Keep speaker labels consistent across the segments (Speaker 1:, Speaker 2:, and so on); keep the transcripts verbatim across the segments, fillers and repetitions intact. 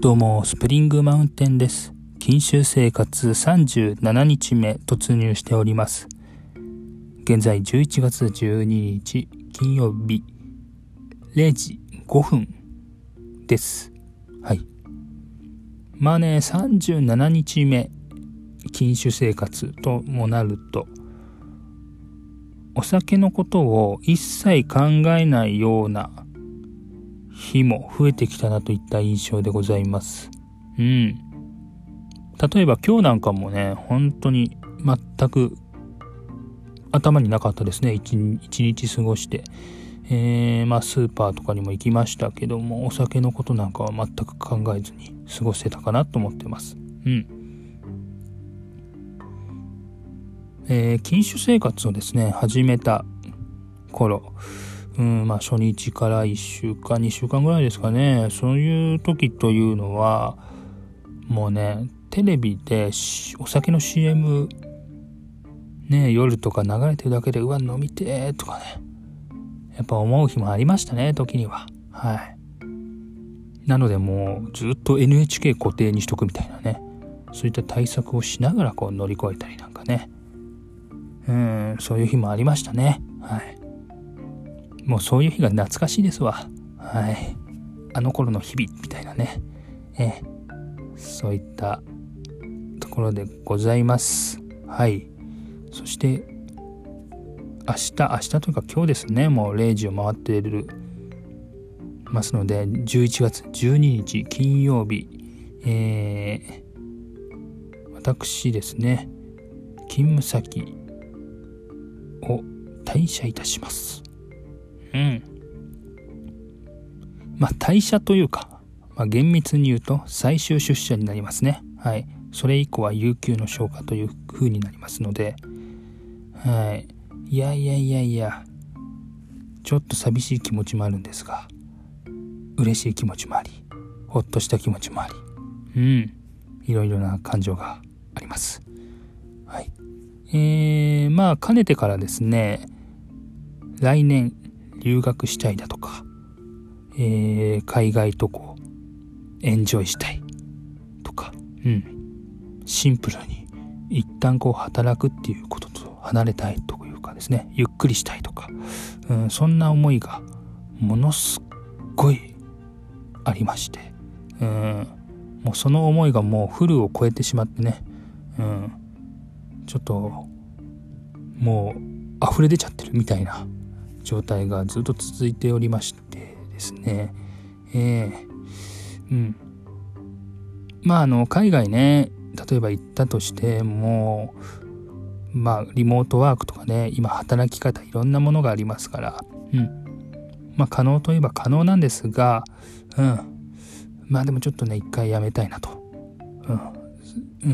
Speaker 1: どうもスプリングマウンテンです。禁酒生活さんじゅうななにちめ突入しております。現在じゅういちがつじゅうににち金曜日れいじごふんです。はい。まあね、さんじゅうななにちめ禁酒生活ともなると、お酒のことを一切考えないような日も増えてきたなといった印象でございます。うん。例えば今日なんかもね、本当に全く頭になかったですね。一日過ごして。えー、まあスーパーとかにも行きましたけども、お酒のことなんかは全く考えずに過ごせたかなと思ってます。うん。えー、禁酒生活をですね、始めた頃、うん、まあ初日からいっしゅうかん、にしゅうかんぐらいですかね。そういう時というのは、もうね、テレビでお酒の シーエム ね、夜とか流れてるだけで、うわ、飲みてーとかね、やっぱ思う日もありましたね、時には。はい。なのでもうずっと エヌエイチケー 固定にしとくみたいなね、そういった対策をしながらこう乗り越えたりなんかね、うん、そういう日もありましたね。はい。もうそういう日が懐かしいですわ。はい。あの頃の日々みたいなね。えー、そういったところでございます。はい。そして明日、明日というか今日ですね、もうれいじを回っているますので、じゅういちがつじゅうににち金曜日、えー、私ですね、勤務先を退社いたします。うん。まあ退社というか、まあ、厳密に言うと最終出社になりますね。はい。それ以降は有給の消化という風になりますので、はい。いやいやいやいや、ちょっと寂しい気持ちもあるんですが、嬉しい気持ちもあり、ほっとした気持ちもあり、うん。いろいろな感情があります。はい。えー、まあかねてからですね、来年留学したいだとか、えー、海外渡航エンジョイしたいとか、うん、シンプルに一旦こう働くっていうことと離れたいというかですね、ゆっくりしたいとか、うん、そんな思いがものすっごいありまして、うん、もうその思いがもうフルを超えてしまってね、うん、ちょっともう溢れ出ちゃってるみたいな状態がずっと続いておりましてですね、えー、うん。まああの海外ね、例えば行ったとしても、まあリモートワークとかね、今働き方いろんなものがありますから、うん。まあ可能といえば可能なんですが、うん。まあでもちょっとね、一回やめたいなと。うん。うん。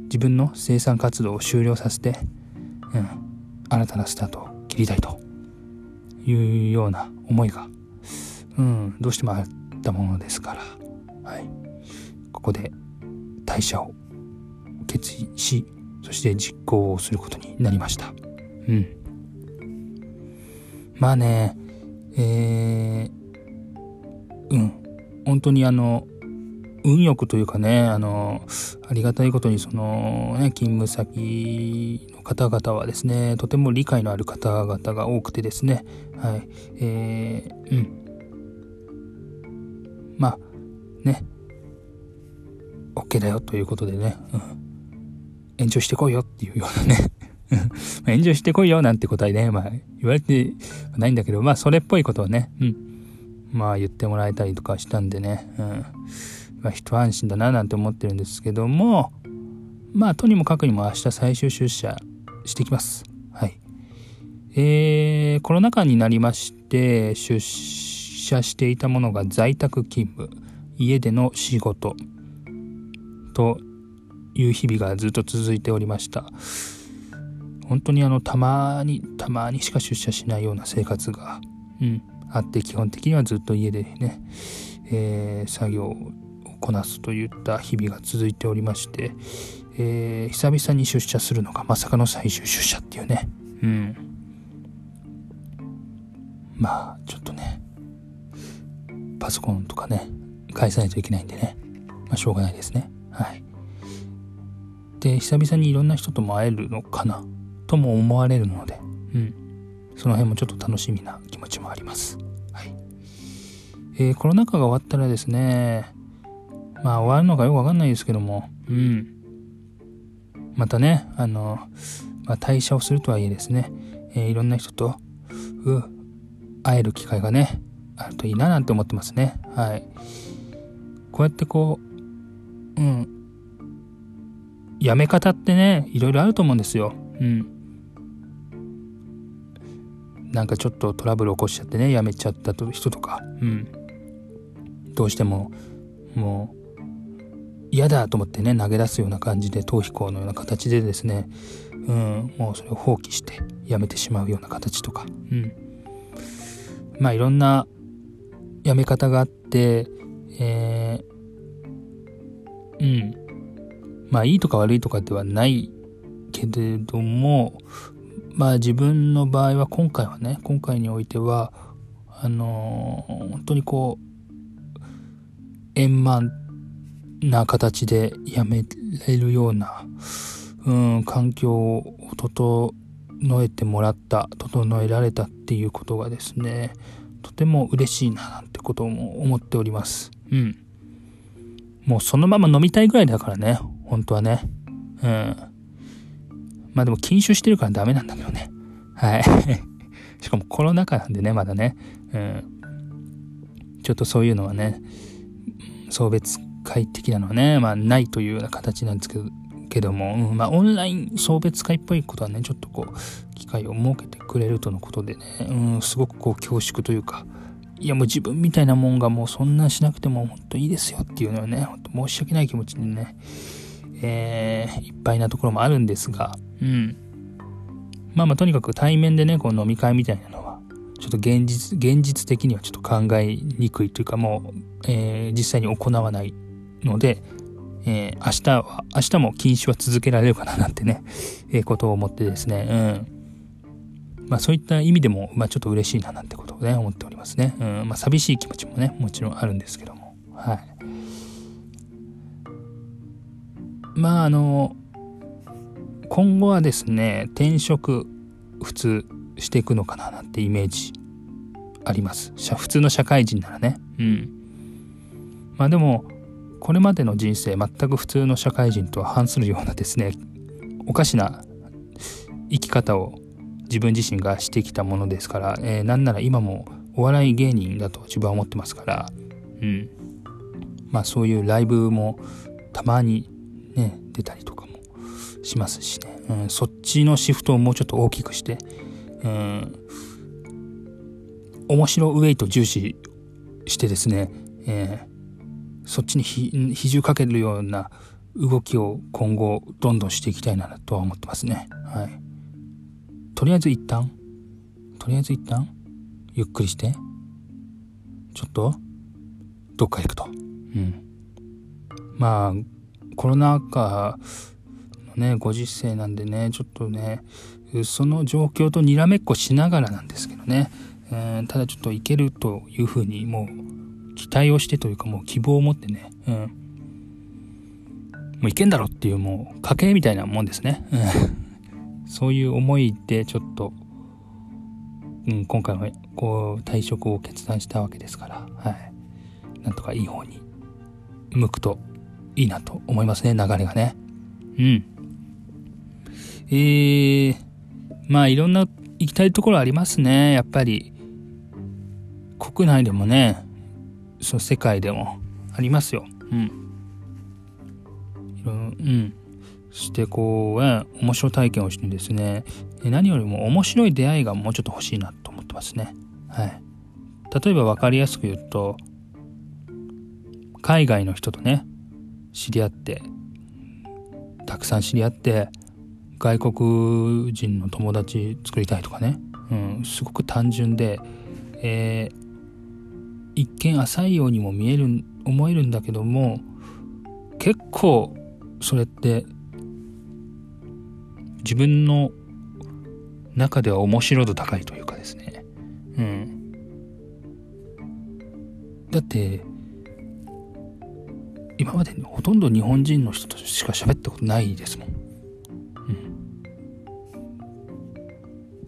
Speaker 1: 自分の生産活動を終了させて、うん。新たなスタートを切りたいというような思いが、うん、どうしてもあったものですから、はい。ここで退社を決意し、そして実行をすることになりました。うん。まあね、えー、うん。本当にあの、運よくというかね、あの、ありがたいことにそのね、勤務先の方々はですね、とても理解のある方々が多くてですね、はい。えー、うん。まあ、ね、OK だよということでね、うん、エンジョイしてこいよっていうようなねエンジョイしてこいよなんてことはね、まあ言われてないんだけど、まあそれっぽいことをね、うん、まあ言ってもらえたりとかしたんでね、うん、まあ一安心だななんて思ってるんですけども、まあとにもかくにも明日最終出社してきます。はい。えー、コロナ禍になりまして出社していたものが在宅勤務、家での仕事という日々がずっと続いておりました。本当にあのたまにたまにしか出社しないような生活が、うん、あって、基本的にはずっと家でね、えー、作業をこなすといった日々が続いておりまして、えー、久々に出社するのがまさかの最終出社っていうね、うん、まあちょっとね、パソコンとかね、 返さないといけないんでね、まあしょうがないですね。はい。で、久々にいろんな人とも会えるのかなとも思われるので、うん、その辺もちょっと楽しみな気持ちもあります。はい。えー、コロナ禍が終わったらですね、まあ終わるのかよくわかんないですけども、うん、またね、あの、まあ、退社をするとはいえですね、えー、いろんな人と、うん、会える機会がね、あるといいななんて思ってますね。はい。こうやってこう、うん、やめ方ってね、いろいろあると思うんですよ。うん。なんかちょっとトラブル起こしちゃってね、やめちゃった人とか、うん。どうしても、もう、嫌だと思ってね、投げ出すような感じで、逃避行のような形でですね、うん、もうそれを放棄してやめてしまうような形とか、うん。まあいろんなやめ方があって、えー、うん。まあいいとか悪いとかではないけれども、まあ自分の場合は今回はね、今回においては、あのー、本当にこう、円満な形でやめれるような、うん、環境を整えてもらった、整えられたっていうことがですね、とても嬉しいななんてことも思っております。うん。もうそのまま飲みたいぐらいだからね、本当はね。うん。まあでも禁酒してるからダメなんだけどね。はい。しかもコロナ禍なんでね、まだね。うん。ちょっとそういうのはね、送別会的なのはね、まあないというような形なんですけど、けども、うん、まあオンライン送別会っぽいことはね、ちょっとこう、機会を設けてくれるとのことでね、うん、すごくこう恐縮というか、いやもう自分みたいなもんがもうそんなしなくても本当いいですよっていうのはね、本当申し訳ない気持ちでね、えー、いっぱいなところもあるんですが、うん。まあまあとにかく対面でね、こう飲み会みたいなのは、ちょっと現実、現実的にはちょっと考えにくいというか、もう、えー、実際に行わないので、えー、明日は、明日も禁酒は続けられるかななんてね、えー、ことを思ってですね、うん。まあそういった意味でも、まあちょっと嬉しいななんてことをね、思っておりますね。うん。まあ寂しい気持ちもね、もちろんあるんですけども。はい。まああの、今後はですね、転職、普通していくのかななんてイメージあります。普通の社会人ならね。うん。まあでも、これまでの人生、全く普通の社会人とは反するようなですね、おかしな生き方を自分自身がしてきたものですから、えー、なんなら今もお笑い芸人だと自分は思ってますから、うん。まあそういうライブもたまにね、出たりとかもしますしね、うん、そっちのシフトをもうちょっと大きくして、うん、面白ウェイト重視してですね、えー、そっちに比重かけるような動きを今後どんどんしていきたいなとは思ってますね。はい。とりあえず一旦、とりあえず一旦、ゆっくりして、ちょっと、どっか行くと。うん。まあ、コロナ禍のね、ご時世なんでね、ちょっとね、その状況とにらめっこしながらなんですけどね、えー、ただちょっといけるというふうにもう期待をしてというかもう希望を持ってね、うん、もういけんだろっていうもう家計みたいなもんですね、うん、そういう思いでちょっと、うん、今回はこう退職を決断したわけですから、はい、なんとかいい方に向くといいなと思いますね、流れがね。うんえー、まあいろんな行きたいところありますね、やっぱり。国内でもね、その世界でもありますよ。うん。いろ、うん。してこう、ね、面白体験をしてですね、何よりも面白い出会いがもうちょっと欲しいなと思ってますね。はい。例えば分かりやすく言うと、海外の人とね、知り合って、たくさん知り合って、外国人の友達作りたいとかね、うん、すごく単純で、えー、一見浅いようにも見える思えるんだけども、結構それって自分の中では面白度高いというかですね、うん、だって今までほとんど日本人の人としか喋ったことないですもん。うん、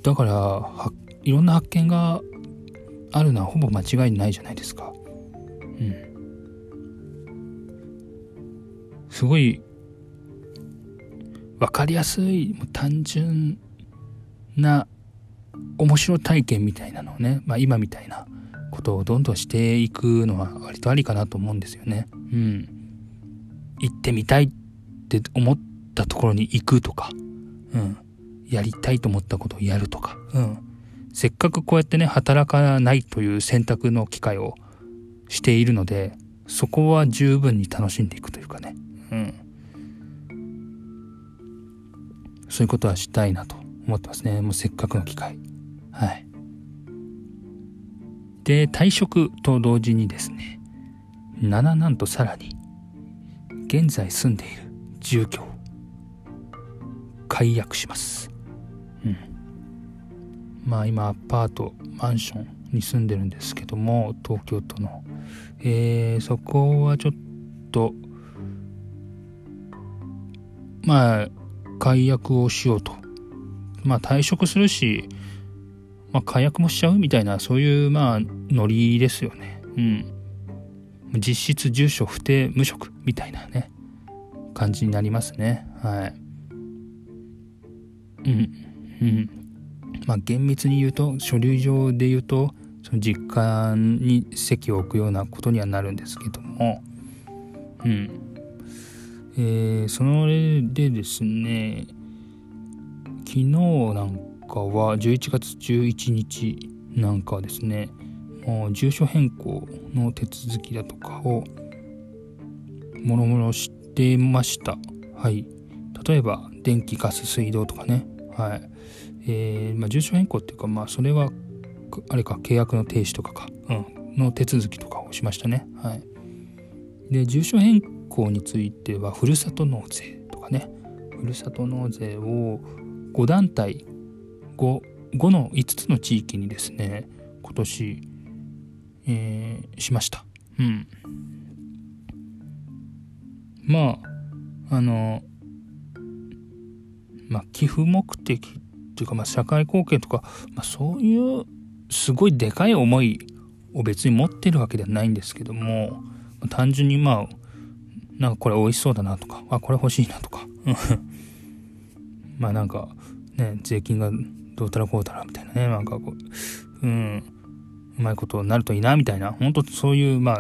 Speaker 1: だからはいろんな発見があるのはほぼ間違いないじゃないですか。うん、すごい分かりやすいもう単純な面白体験みたいなのをね、まあ、今みたいなことをどんどんしていくのは割とありかなと思うんですよね。うん、行ってみたいって思ったところに行くとか、うん、やりたいと思ったことをやるとか、うん、せっかくこうやってね働かないという選択の機会をしているので、そこは十分に楽しんでいくというかね、うん、そういうことはしたいなと思ってますね。もうせっかくの機会。はい。で、退職と同時にですね、なななんとさらに現在住んでいる住居を解約します。うん。まあ今アパートマンションに住んでるんですけども、東京都の、えー、そこはちょっとまあ解約をしようと。まあ退職するし、まあ解約もしちゃうみたいな、そういうまあノリですよね。うん。実質住所不定無職みたいなね感じになりますね。はい。うんうん。まあ厳密に言うと、書類上で言うとその実家に籍を置くようなことにはなるんですけども、うん。えー、それでですね、昨日なんかはじゅういちがつじゅういちにちなんかはですね、もう住所変更の手続きだとかをもろもろしてました。はい。例えば電気ガス水道とかね、はい。えー、まあ住所変更っていうか、まあそれはあれか契約の停止とかか、うん、の手続きとかをしましたね。はい。で住所変更についてはふるさと納税とかね、ふるさと納税をご団体 5, 5のいつつの地域にですね今年、えー、しました。うん。まああのまあ寄付目的っていうか、まあ社会貢献とか、まあ、そういうすごいでかい思いを別に持ってるわけではないんですけども、単純にまあなんかこれ美味しそうだなとか、あこれ欲しいなとかまあなんかね税金がどうたらこうたらみたいなね、なんかこううんうまいことになるといいなみたいな、本当そういうま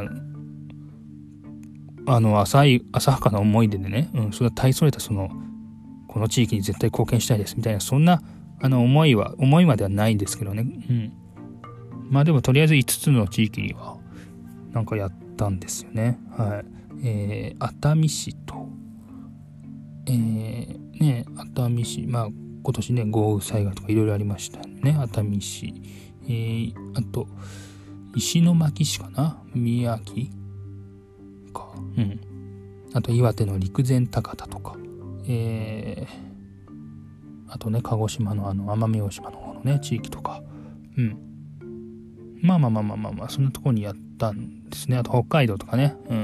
Speaker 1: ああの浅い浅はかな思い出でね、うん、それは大それたそのこの地域に絶対貢献したいですみたいな、そんなあの思いは思いまではないんですけどね、うん、まあでもとりあえずいつつの地域にはなんかやったんですよね。はい。えー、熱海市と、えー、ね、熱海市、まあ今年ね、豪雨災害とかいろいろありましたね。熱海市、えー、あと、石巻市かな、宮城か、うん。あと岩手の陸前高田とか、えー、あとね、鹿児島のあの奄美大島の方のね、地域とか、うん。まあまあまあまあまあまあ、そんなところにやったんですね。あと北海道とかね。うん。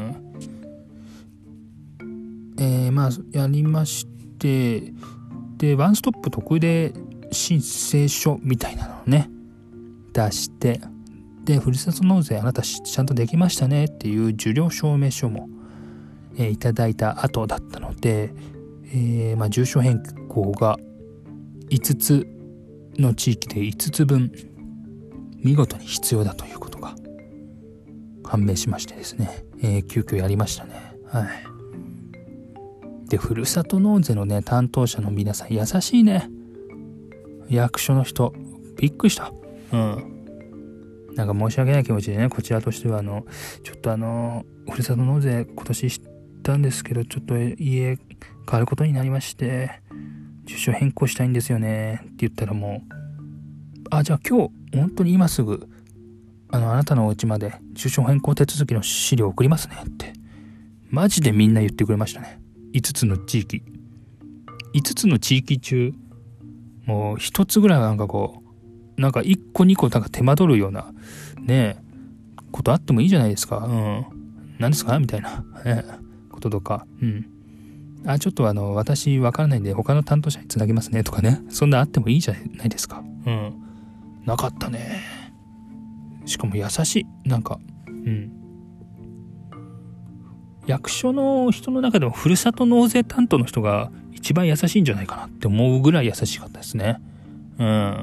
Speaker 1: えー、まあ、やりまして、で、ワンストップ特例申請書みたいなのをね、出して、で、ふるさと納税あなたちゃんとできましたねっていう受領証明書も、えー、いただいた後だったので、えー、まあ、住所変更がいつつの地域でいつつぶん、見事に必要だということが判明しましてですね、えー、急遽やりましたね。はい。で、ふるさと納税のね、担当者の皆さん優しいね。役所の人、びっくりした。うん。なんか申し訳ない気持ちでね、こちらとしては、あの、ちょっとあの、ふるさと納税今年したんですけど、ちょっと家変わることになりまして、住所変更したいんですよね、って言ったらもう、あ、じゃあ今日、本当に今すぐ、あの、あなたのお家まで住所変更手続きの資料送りますねって、マジでみんな言ってくれましたね。いつつの地域。いつつの地域中、もうひとつぐらいはなんかこう、なんかいっこにこなんか手間取るような、ねえ、ことあってもいいじゃないですか。うん。何ですかみたいな、ね、 こととか、うん。あ、ちょっとあの、私わからないんで他の担当者につなげますねとかね。そんなあってもいいじゃないですか。うん。なかったね。しかも優しい。なんか、うん。役所の人の中でもふるさと納税担当の人が一番優しいんじゃないかなって思うぐらい優しかったですね。うん。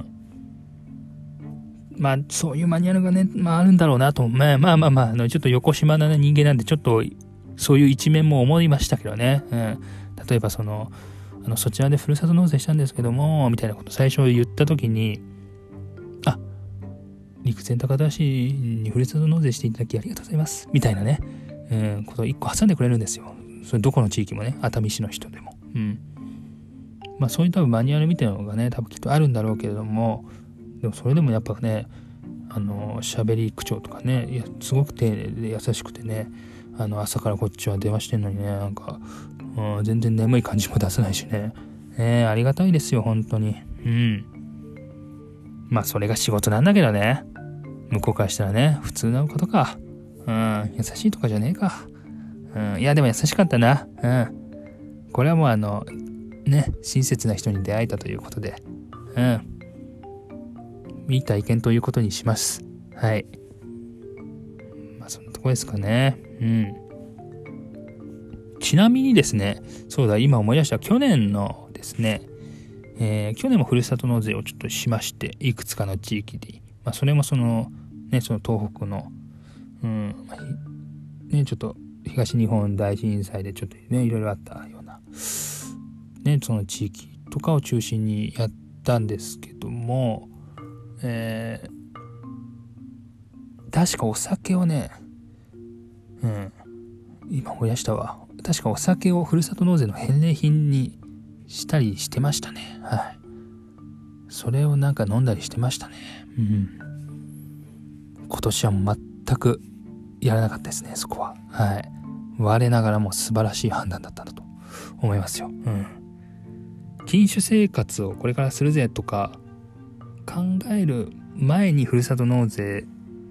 Speaker 1: まあ、そういうマニュアルがね、まああるんだろうなと。まあまあまあまあ、あの、ちょっと横島な人間なんで、ちょっと、そういう一面も思いましたけどね。うん。例えばその、あの、そちらでふるさと納税したんですけども、みたいなこと最初言ったときに、あ、陸前高田市にふるさと納税していただきありがとうございます。みたいなね、うん、ことを一個挟んでくれるんですよ。それどこの地域もね、熱海市の人でも。うん。まあそういう多分マニュアルみたいなのがね、多分きっとあるんだろうけれども、でもそれでもやっぱね、あの、喋り口調とかね、いや、すごく丁寧で優しくてね、あの、朝からこっちは電話してんのにね、なんか、うん、全然眠い感じも出さないしね。えー、ありがたいですよ、本当に。うん。まあそれが仕事なんだけどね。向こうからしたらね、普通のことか。うん、優しいとかじゃねえか。うん、いやでも優しかったな。うん。これはもうあの、ね、親切な人に出会えたということで、うん。いい体験ということにします。はい。まあそんなとこですかね。うん。ちなみにですね、そうだ、今思い出した、去年のですね、えー、去年もふるさと納税をちょっとしまして、いくつかの地域で、まあそれもその、ね、その東北の、うん、まあ、ね、ちょっと東日本大震災でちょっとね、いろいろあったような、ね、その地域とかを中心にやったんですけども、えー、確かお酒をね、うん、今思い出したわ。確かお酒をふるさと納税の返礼品にしたりしてましたね。はい。それをなんか飲んだりしてましたね。うん。今年は全くやらなかったですね、そこは。はい。我ながらも素晴らしい判断だったんだと思いますよ。うん。禁酒生活をこれからするぜとか考える前にふるさと納税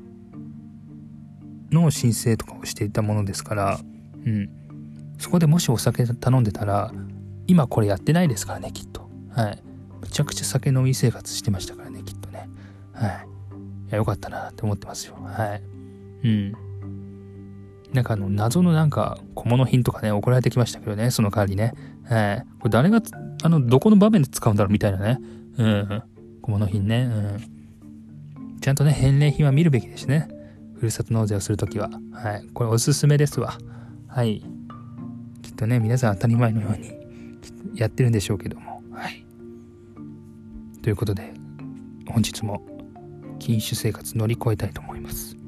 Speaker 1: の申請とかをしていたものですから、うん。そこでもしお酒頼んでたら、今これやってないですからね、きっと。はい。めちゃくちゃ酒飲み生活してましたからね、きっとね。はい。いや、よかったなって思ってますよ。はい。うん。なんかあの、謎のなんか小物品とかね、送られてきましたけどね、その代わりね。はい。これ誰が、あの、どこの場面で使うんだろうみたいなね。うん。小物品ね。うん。ちゃんとね、返礼品は見るべきですね。ふるさと納税をするときは。はい。これおすすめですわ。はい。きっとね、皆さん当たり前のようにやってるんでしょうけども。はい。ということで、本日も禁酒生活乗り越えたいと思います。